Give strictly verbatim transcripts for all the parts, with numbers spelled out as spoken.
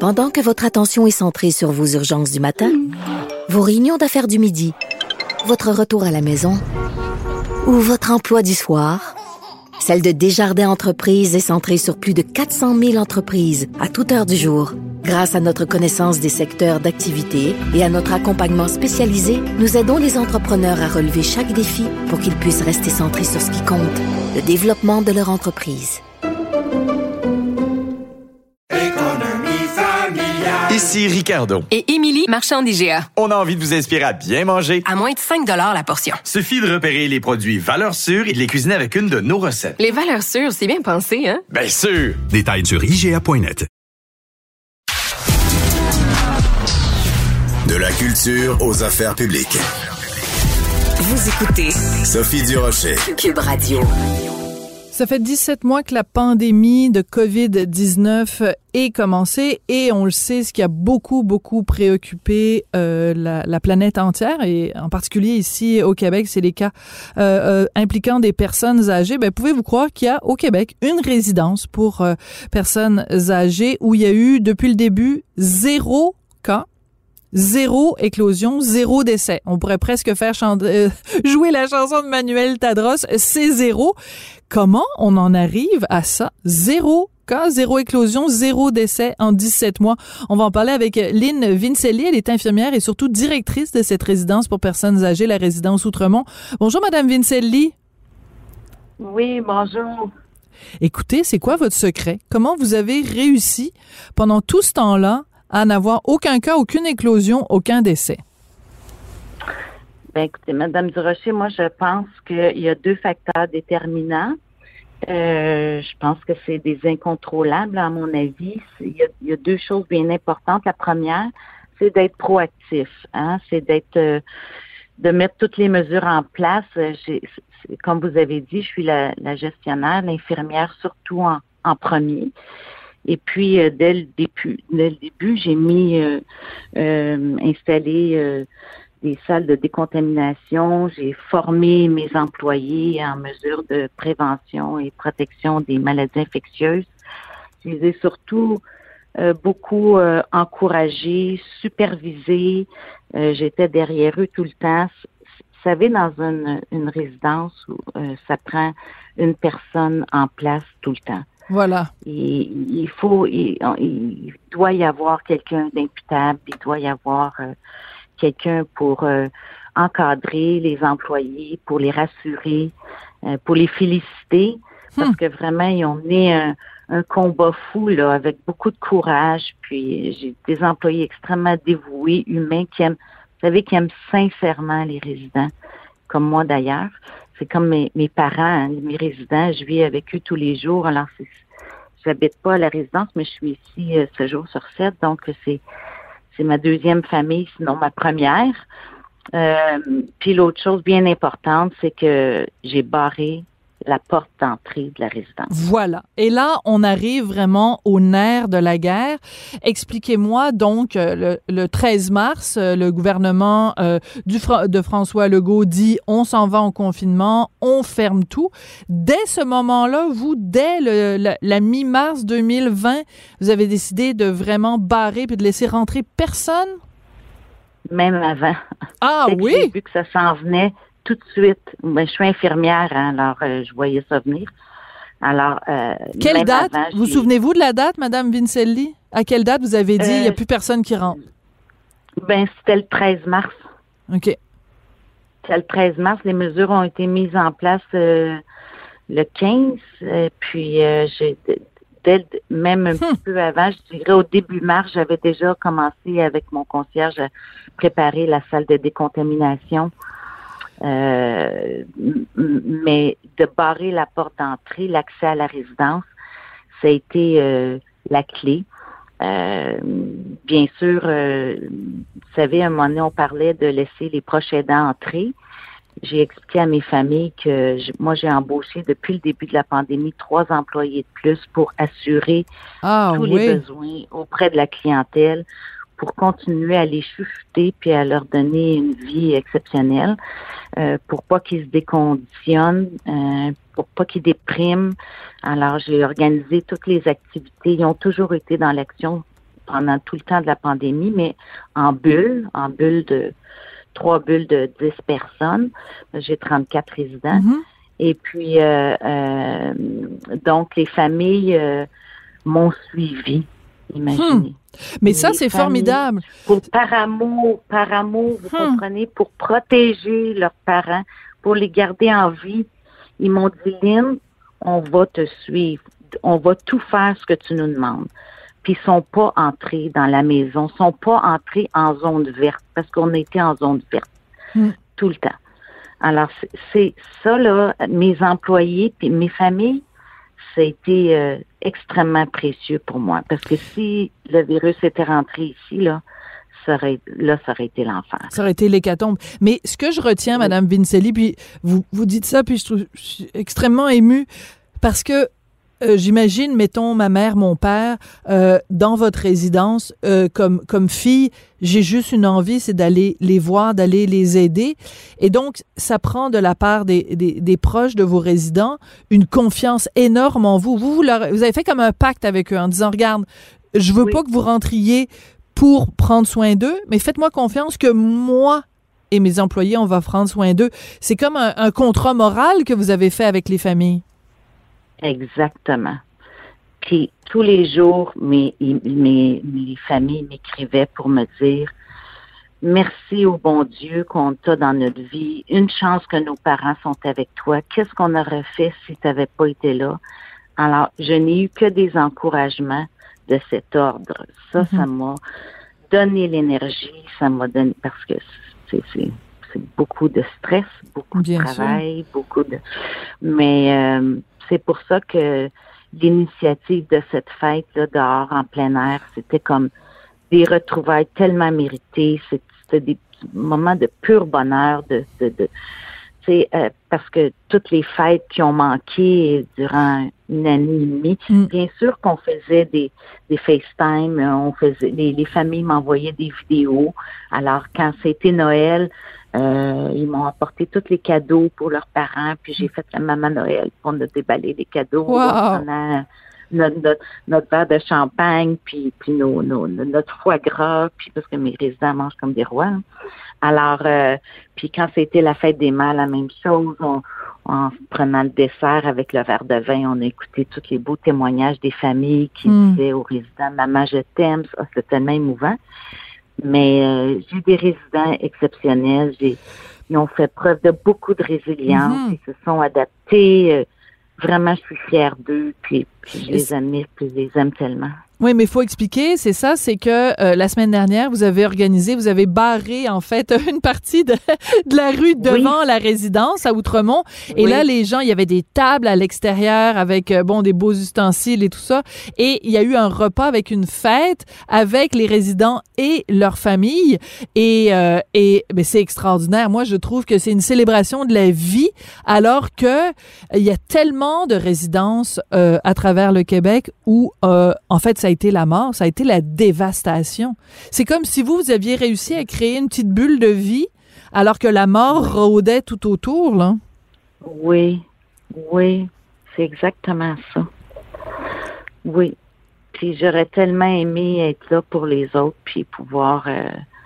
Pendant que votre attention est centrée sur vos urgences du matin, vos réunions d'affaires du midi, votre retour à la maison ou votre emploi du soir, celle de Desjardins Entreprises est centrée sur plus de quatre cent mille entreprises à toute heure du jour. Grâce à notre connaissance des secteurs d'activité et à notre accompagnement spécialisé, nous aidons les entrepreneurs à relever chaque défi pour qu'ils puissent rester centrés sur ce qui compte, le développement de leur entreprise. Ici Ricardo. Et Émilie, marchand d'I G A. On a envie de vous inspirer à bien manger. À moins de cinq dollars la portion. Suffit de repérer les produits valeurs sûres et de les cuisiner avec une de nos recettes. Les valeurs sûres, c'est bien pensé, hein? Bien sûr! Détails sur I G A point net. De la culture aux affaires publiques. Vous écoutez Sophie Durocher. Cube Radio. Ça fait dix-sept mois que la pandémie de covid dix-neuf est commencée et on le sait, ce qui a beaucoup, beaucoup préoccupé euh, la, la planète entière et en particulier ici au Québec, c'est les cas euh, euh, impliquant des personnes âgées. Ben, pouvez-vous croire qu'il y a au Québec une résidence pour euh, personnes âgées où il y a eu depuis le début zéro cas? Zéro éclosion, zéro décès. On pourrait presque faire chanter, euh, jouer la chanson de Manuel Tadros, c'est zéro. Comment on en arrive à ça? Zéro cas, zéro éclosion, zéro décès en dix-sept mois. On va en parler avec Lynn Vincelli. Elle est infirmière et surtout directrice de cette résidence pour personnes âgées, la résidence Outremont. Bonjour, Madame Vincelli. Oui, bonjour. Écoutez, c'est quoi votre secret? Comment vous avez réussi pendant tout ce temps-là à n'avoir aucun cas, aucune éclosion, aucun décès? Ben, écoutez, Madame Durocher, moi, je pense qu'il y a deux facteurs déterminants. Euh, je pense que c'est des incontrôlables, à mon avis. Il y a, il y a deux choses bien importantes. La première, c'est d'être proactif, hein? C'est d'être, euh, de mettre toutes les mesures en place. J'ai, comme vous avez dit, je suis la, la gestionnaire, l'infirmière, surtout en, en premier. Et puis, euh, dès le début, dès le début, j'ai mis, euh, euh, installé euh, des salles de décontamination. J'ai formé mes employés en mesure de prévention et protection des maladies infectieuses. Je les ai surtout euh, beaucoup euh, encouragés, supervisés. Euh, j'étais derrière eux tout le temps. Vous savez, dans une, une résidence où euh, ça prend une personne en place tout le temps. Voilà. Et il faut, il, il doit y avoir quelqu'un d'imputable, il doit y avoir euh, quelqu'un pour euh, encadrer les employés, pour les rassurer, euh, pour les féliciter, parce hum. que vraiment, ils ont mené un, un combat fou, là, avec beaucoup de courage. Puis j'ai des employés extrêmement dévoués, humains, qui aiment, vous savez, qui aiment sincèrement les résidents, comme moi d'ailleurs. C'est comme mes, mes parents, hein, mes résidents, je vis avec eux tous les jours. Alors, c'est, j'habite pas à la résidence, mais je suis ici euh, ce jour sur sept. Donc, c'est, c'est ma deuxième famille, sinon ma première. Euh, puis l'autre chose bien importante, c'est que j'ai barré la porte d'entrée de la résidence. Voilà. Et là, on arrive vraiment au nerf de la guerre. Expliquez-moi donc, le, le treize mars, le gouvernement euh, du, de François Legault dit « on s'en va en confinement, on ferme tout ». Dès ce moment-là, vous, dès le, la, la mi-mars deux mille vingt, vous avez décidé de vraiment barrer puis de laisser rentrer personne? Même avant. Ah Dès que oui? j'ai vu que ça s'en venait, tout de suite, ben, je suis infirmière, hein, alors euh, je voyais ça venir. Alors, euh, quelle date? Avant, vous j'ai... souvenez-vous de la date, Madame Vincelli? À quelle date vous avez dit il euh, n'y a plus personne qui rentre? Ben, c'était le treize mars. OK. C'était le treize mars. Les mesures ont été mises en place euh, le quinze. Euh, puis, euh, j'ai, dès, même un hum. petit peu avant, je dirais au début mars, j'avais déjà commencé avec mon concierge à préparer la salle de décontamination. Euh, mais de barrer la porte d'entrée, l'accès à la résidence, ça a été euh, la clé. Euh, bien sûr, euh, vous savez, à un moment donné, on parlait de laisser les proches aidants entrer. J'ai expliqué à mes familles que je, moi, j'ai embauché depuis le début de la pandémie trois employés de plus pour assurer ah, tous oui. les besoins auprès de la clientèle, pour continuer à les chouchouter puis à leur donner une vie exceptionnelle, euh, pour pas qu'ils se déconditionnent, euh, pour pas qu'ils dépriment. Alors, j'ai organisé toutes les activités. Ils ont toujours été dans l'action pendant tout le temps de la pandémie, mais en bulles, en bulles de trois bulles de dix personnes. J'ai trente-quatre résidents. Mm-hmm. Et puis, euh, euh, donc, les familles euh, m'ont suivi, imaginez. Hmm. Mais les ça, c'est familles, formidable. Pour, par amour, par amour, vous hmm. comprenez, pour protéger leurs parents, pour les garder en vie. Ils m'ont dit, Lynn, on va te suivre. On va tout faire ce que tu nous demandes. Puis ils sont pas entrés dans la maison, sont pas entrés en zone verte, parce qu'on était en zone verte mm. tout le temps. Alors, c'est, c'est ça, là, mes employés puis mes familles, ça a été euh, extrêmement précieux pour moi. Parce que si le virus était rentré ici, là, ça aurait, là, ça aurait été l'enfer. Ça aurait été l'hécatombe. Mais ce que je retiens, oui. Madame Vincelli, puis vous, vous dites ça, puis je, trouve, je suis extrêmement émue, parce que Euh, j'imagine, mettons, ma mère, mon père, euh, dans votre résidence, euh, comme comme fille, j'ai juste une envie, c'est d'aller les voir, d'aller les aider. Et donc, ça prend de la part des, des, des proches de vos résidents une confiance énorme en vous. Vous, vous, leur, vous avez fait comme un pacte avec eux en disant, regarde, je veux oui. pas que vous rentriez pour prendre soin d'eux, mais faites-moi confiance que moi et mes employés, on va prendre soin d'eux. C'est comme un, un contrat moral que vous avez fait avec les familles. Exactement. Puis tous les jours, mes, mes, mes familles m'écrivaient pour me dire merci au bon Dieu qu'on t'a dans notre vie. Une chance que nos parents sont avec toi. Qu'est-ce qu'on aurait fait si tu n'avais pas été là? Alors, je n'ai eu que des encouragements de cet ordre. Ça, mm-hmm. ça m'a donné l'énergie. Ça m'a donné parce que c'est, c'est c'est beaucoup de stress, beaucoup Bien de travail, sûr. beaucoup de... Mais euh, c'est pour ça que l'initiative de cette fête-là, dehors, en plein air, c'était comme des retrouvailles tellement méritées. C'était des moments de pur bonheur, de... de, de tu sais, euh, parce que toutes les fêtes qui ont manqué durant une année et demie, mm. bien sûr qu'on faisait des, des FaceTime, on faisait, les, les familles m'envoyaient des vidéos. Alors, quand c'était Noël, euh, ils m'ont apporté tous les cadeaux pour leurs parents, puis j'ai fait la maman Noël pour nous déballer les cadeaux wow. pendant notre, notre, notre verre de champagne, puis, puis nos, nos, notre foie gras, puis parce que mes résidents mangent comme des rois. Hein. Alors, euh, puis quand c'était la fête des mères, la même chose, on, en prenant le dessert avec le verre de vin, on a écouté tous les beaux témoignages des familles qui mm. disaient aux résidents « Maman, je t'aime », ça, c'était tellement émouvant. Mais euh, j'ai des résidents exceptionnels, j'ai, ils ont fait preuve de beaucoup de résilience, mm-hmm. ils se sont adaptés, euh, vraiment je suis fière d'eux, puis, puis je les admire, puis je les aime tellement. Oui, mais il faut expliquer, c'est ça, c'est que euh, la semaine dernière, vous avez organisé, vous avez barré, en fait, une partie de, de la rue devant oui. la résidence à Outremont. Et oui. là, les gens, il y avait des tables à l'extérieur avec, euh, bon, des beaux ustensiles et tout ça. Et il y a eu un repas avec une fête avec les résidents et leurs familles. Et, euh, et ben, c'est extraordinaire. Moi, je trouve que c'est une célébration de la vie, alors que euh, il y a tellement de résidences euh, à travers le Québec où, euh, en fait, ça a été la mort, ça a été la dévastation. C'est comme si vous, vous aviez réussi à créer une petite bulle de vie alors que la mort rôdait tout autour, là. Oui, oui, c'est exactement ça. Oui. Puis j'aurais tellement aimé être là pour les autres, puis pouvoir euh,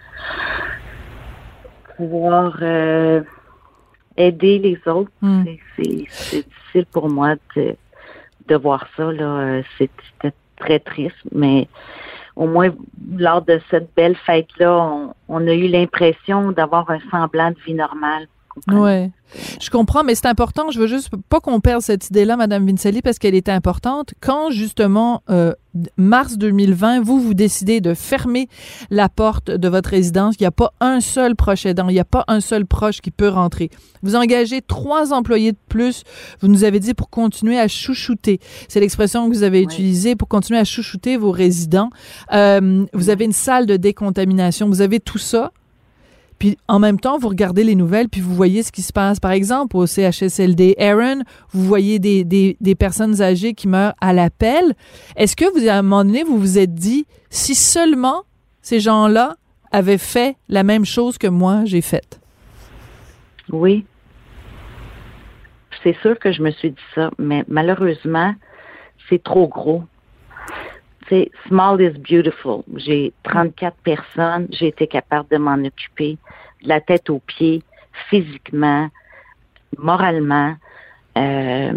pouvoir euh, aider les autres. Mm. C'est, c'est, c'est difficile pour moi de, de voir ça, là. C'est, c'était très triste, mais au moins, lors de cette belle fête-là, on, on a eu l'impression d'avoir un semblant de vie normale. Oui, je comprends, mais c'est important. Je veux juste pas qu'on perde cette idée-là, Madame Vincelli, parce qu'elle est importante. Quand, justement, euh, mars deux mille vingt, vous, vous décidez de fermer la porte de votre résidence, il n'y a pas un seul proche aidant, il n'y a pas un seul proche qui peut rentrer. Vous engagez trois employés de plus, vous nous avez dit, pour continuer à chouchouter. C'est l'expression que vous avez oui. utilisée, pour continuer à chouchouter vos résidents. Euh, vous avez une salle de décontamination, vous avez tout ça. Puis, en même temps, vous regardez les nouvelles, puis vous voyez ce qui se passe. Par exemple, au C H S L D Aaron, vous voyez des, des, des personnes âgées qui meurent à l'appel. Est-ce que, vous, à un moment donné, vous vous êtes dit, si seulement ces gens-là avaient fait la même chose que moi, j'ai faite? Oui. C'est sûr que je me suis dit ça, mais malheureusement, c'est trop gros. tu sais, small is beautiful. J'ai trente-quatre personnes, j'ai été capable de m'en occuper de la tête aux pieds, physiquement, moralement. Euh,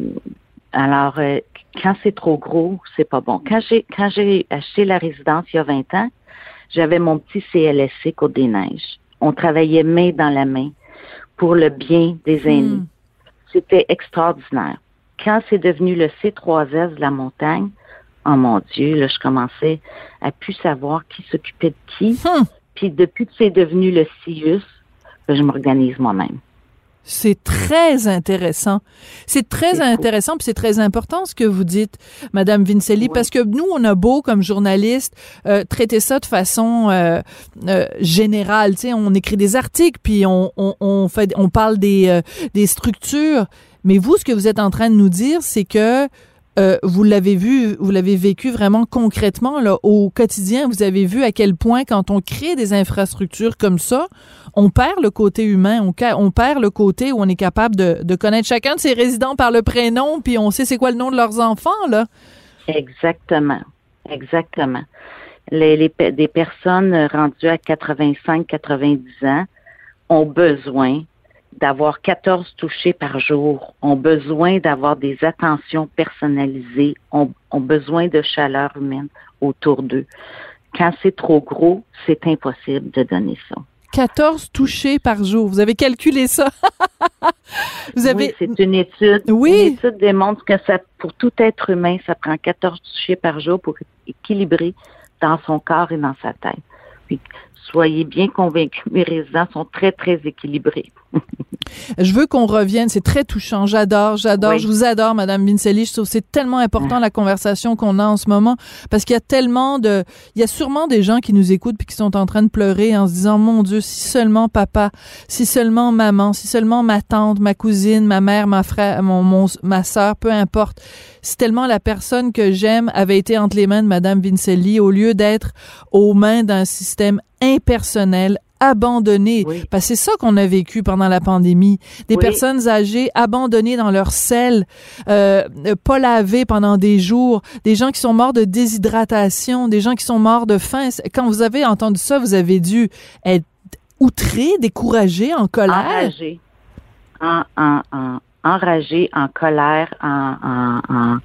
alors, euh, quand c'est trop gros, c'est pas bon. Quand j'ai quand j'ai acheté la résidence il y a vingt ans, j'avais mon petit C L S C Côte-des-Neiges. On travaillait main dans la main pour le bien des aînés. Mm. C'était extraordinaire. Quand c'est devenu le C trois S de la montagne, oh mon Dieu, là, je commençais à plus savoir qui s'occupait de qui. Mm. Puis depuis que c'est devenu le C I U S, ben, je m'organise moi-même. C'est très intéressant. C'est très c'est intéressant, puis c'est très important ce que vous dites, Madame Vincelli, oui. Parce que nous, on a beau, comme journalistes, euh, traiter ça de façon euh, euh, générale. Tu sais, on écrit des articles, puis on, on, on fait, on parle des, euh, des structures. Mais vous, ce que vous êtes en train de nous dire, c'est que Euh, vous l'avez vu, vous l'avez vécu vraiment concrètement là, au quotidien. Vous avez vu à quel point, quand on crée des infrastructures comme ça, on perd le côté humain, on, on perd le côté où on est capable de, de connaître chacun de ses résidents par le prénom, puis on sait c'est quoi le nom de leurs enfants, là. Exactement, exactement. Les, les des personnes rendues à quatre-vingt-cinq, quatre-vingt-dix ans ont besoin d'avoir quatorze touchés par jour, ont besoin d'avoir des attentions personnalisées, ont, ont besoin de chaleur humaine autour d'eux. Quand c'est trop gros, c'est impossible de donner ça. quatorze touchés par jour. Vous avez calculé ça? Vous avez... Oui, c'est une étude. Oui. Une étude démontre que ça, pour tout être humain, ça prend quatorze touchés par jour pour équilibrer dans son corps et dans sa tête. Puis, soyez bien convaincus, mes résidents sont très, très équilibrés. Je veux qu'on revienne, c'est très touchant, j'adore, j'adore, oui. Je vous adore, Madame Vincelli, je trouve que c'est tellement important la conversation qu'on a en ce moment, parce qu'il y a tellement de, il y a sûrement des gens qui nous écoutent puis qui sont en train de pleurer en se disant, mon Dieu, si seulement papa, si seulement maman, si seulement ma tante, ma cousine, ma mère, ma frère, mon, mon ma sœur, peu importe, si tellement la personne que j'aime avait été entre les mains de Madame Vincelli au lieu d'être aux mains d'un système impersonnel, abandonnés, oui. Parce que c'est ça qu'on a vécu pendant la pandémie. Des oui. personnes âgées abandonnées dans leur selle, euh, pas lavées pendant des jours, des gens qui sont morts de déshydratation, des gens qui sont morts de faim. Quand vous avez entendu ça, vous avez dû être outré, découragé, en colère. Enragé. En, en, en, enragé, en colère, en... en, en...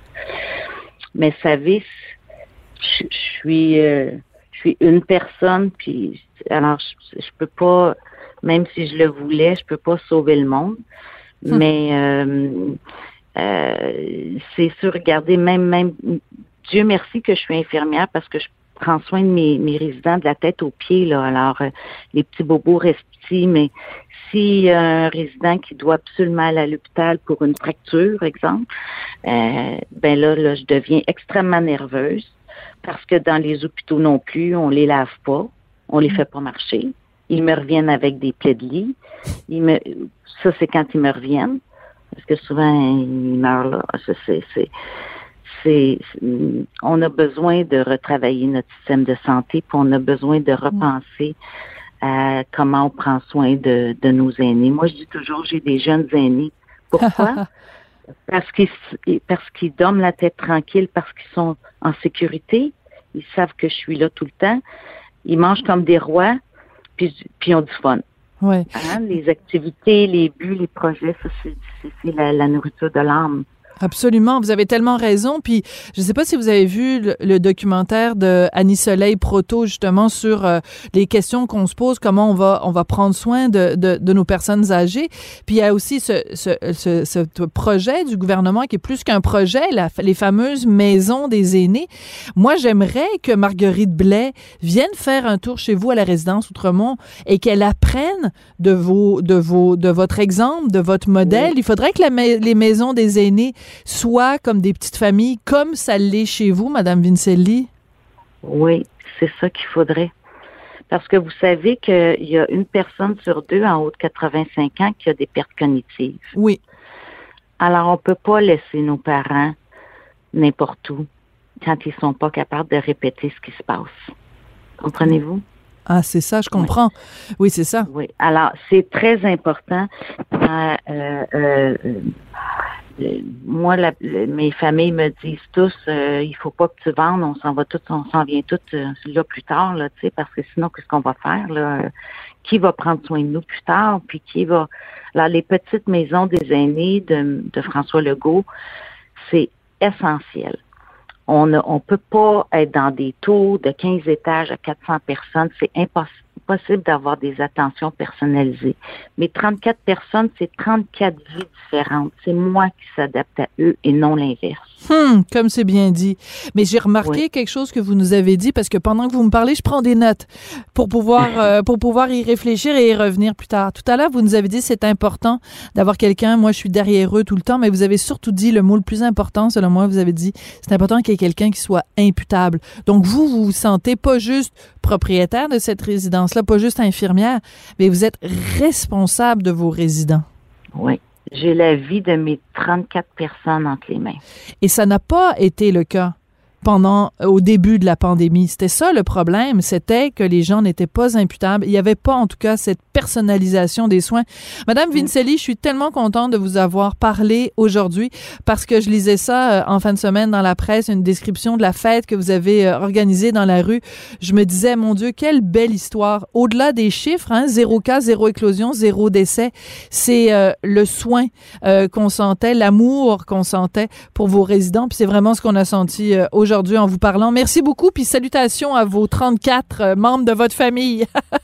Mais vous savez, je, je suis... Euh, je suis une personne, puis alors je, je peux pas, même si je le voulais, je peux pas sauver le monde. Hum. Mais euh, euh, c'est sûr, regardez, même, même Dieu merci que je suis infirmière parce que je prends soin de mes, mes résidents de la tête aux pieds, là. Alors, euh, les petits bobos restent petits, mais s'il y a un résident qui doit absolument aller à l'hôpital pour une fracture, exemple, euh, ben là, là, je deviens extrêmement nerveuse. Parce que dans les hôpitaux non plus, on les lave pas, on les fait pas marcher. Ils me reviennent avec des plaies de lit. Ils me, ça, c'est quand ils me reviennent. Parce que souvent, ils meurent là. Ça, c'est, c'est, c'est, c'est, on a besoin de retravailler notre système de santé, puis on a besoin de repenser à comment on prend soin de, de nos aînés. Moi, je dis toujours, j'ai des jeunes aînés. Pourquoi? Parce qu'ils, parce qu'ils dorment la tête tranquille, parce qu'ils sont en sécurité. Ils savent que je suis là tout le temps. Ils mangent comme des rois, puis, puis ils ont du fun. Ouais. Hein? Les activités, les buts, les projets, ça, c'est, c'est, c'est la, la nourriture de l'âme. Absolument, vous avez tellement raison. Puis, je ne sais pas si vous avez vu le, le documentaire de Annie Soleil Proto, justement, sur euh, les questions qu'on se pose, comment on va on va prendre soin de, de, de nos personnes âgées. Puis, il y a aussi ce, ce, ce, ce projet du gouvernement qui est plus qu'un projet, la, les fameuses maisons des aînés. Moi, j'aimerais que Marguerite Blais vienne faire un tour chez vous à la résidence Outremont et qu'elle apprenne de vos de vos de votre exemple, de votre modèle. Oui. Il faudrait que la, les maisons des aînés soit comme des petites familles, comme ça l'est chez vous, Madame Vincelli? Oui, c'est ça qu'il faudrait. Parce que vous savez qu'il y a une personne sur deux en haut de quatre-vingt-cinq ans qui a des pertes cognitives. Oui. Alors, on peut pas laisser nos parents n'importe où quand ils sont pas capables de répéter ce qui se passe. Comprenez-vous? Ah, c'est ça, je comprends. Oui, oui c'est ça. Oui. Alors, c'est très important. Euh, euh, euh, euh, moi, la, le, mes familles me disent tous, euh, il faut pas que tu vendes, on s'en va tous, on s'en vient tous euh, là plus tard, là, tu sais, parce que sinon, qu'est-ce qu'on va faire, là? Qui va prendre soin de nous plus tard, puis qui va... Alors, les petites maisons des aînés de, de François Legault, c'est essentiel. On ne on peut pas être dans des tours de quinze étages à quatre cents personnes. C'est impossible. possible d'avoir des attentions personnalisées. Mais trente-quatre personnes, c'est trente-quatre vies différentes. C'est moi qui s'adapte à eux et non l'inverse. Hum, comme c'est bien dit. Mais j'ai remarqué oui. quelque chose que vous nous avez dit, parce que pendant que vous me parlez, je prends des notes pour pouvoir euh, pour pouvoir y réfléchir et y revenir plus tard. Tout à l'heure, vous nous avez dit c'est important d'avoir quelqu'un, moi je suis derrière eux tout le temps, mais vous avez surtout dit le mot le plus important, selon moi, vous avez dit c'est important qu'il y ait quelqu'un qui soit imputable. Donc vous, vous vous sentez pas juste propriétaire de cette résidence-là, pas juste infirmière, mais vous êtes responsable de vos résidents. Oui. J'ai la vie de mes trente-quatre personnes entre les mains. Et ça n'a pas été le cas pendant, au début de la pandémie. C'était ça le problème, c'était que les gens n'étaient pas imputables. Il n'y avait pas, en tout cas, cette personnalisation des soins. Madame Vincelli, je suis tellement contente de vous avoir parlé aujourd'hui parce que je lisais ça euh, en fin de semaine dans la presse, une description de la fête que vous avez euh, organisée dans la rue. Je me disais, mon Dieu, quelle belle histoire. Au-delà des chiffres, hein, zéro cas, zéro éclosion, zéro décès, c'est euh, le soin euh, qu'on sentait, l'amour qu'on sentait pour vos résidents. Puis c'est vraiment ce qu'on a senti euh, aujourd'hui. aujourd'hui en vous parlant. Merci beaucoup, puis salutations à vos trente-quatre euh, membres de votre famille.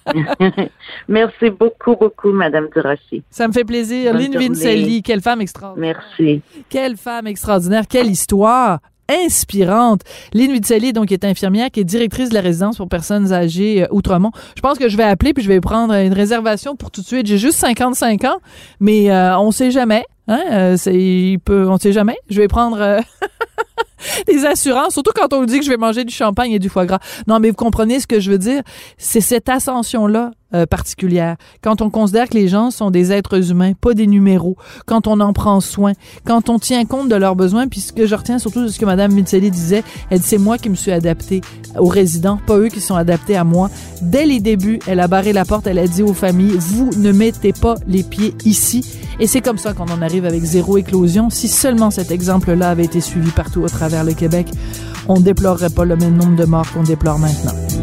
Merci beaucoup, beaucoup, Madame Durocher. Ça me fait plaisir. Bonne Lynn journée. Vincelli, quelle femme extraordinaire. Merci. Quelle femme extraordinaire, quelle histoire inspirante. Lynn Vincelli, donc, est infirmière, qui est directrice de la résidence pour personnes âgées euh, Outremont. Je pense que je vais appeler puis je vais prendre une réservation pour tout de suite. J'ai juste cinquante-cinq ans, mais euh, on sait jamais. Hein? Euh, c'est, il peut, on sait jamais. Je vais prendre... Euh des assurances, surtout quand on nous dit que je vais manger du champagne et du foie gras. Non, mais vous comprenez ce que je veux dire? C'est cette ascension-là euh, particulière. Quand on considère que les gens sont des êtres humains, pas des numéros, quand on en prend soin, quand on tient compte de leurs besoins, puis ce que je retiens surtout de ce que Mme Vincelli disait, elle dit, c'est moi qui me suis adaptée aux résidents, pas eux qui sont adaptés à moi. Dès les débuts, elle a barré la porte, elle a dit aux familles, vous ne mettez pas les pieds ici. Et c'est comme ça qu'on en arrive avec zéro éclosion. Si seulement cet exemple-là avait été suivi partout au travers le Québec, on ne déplorerait pas le même nombre de morts qu'on déplore maintenant.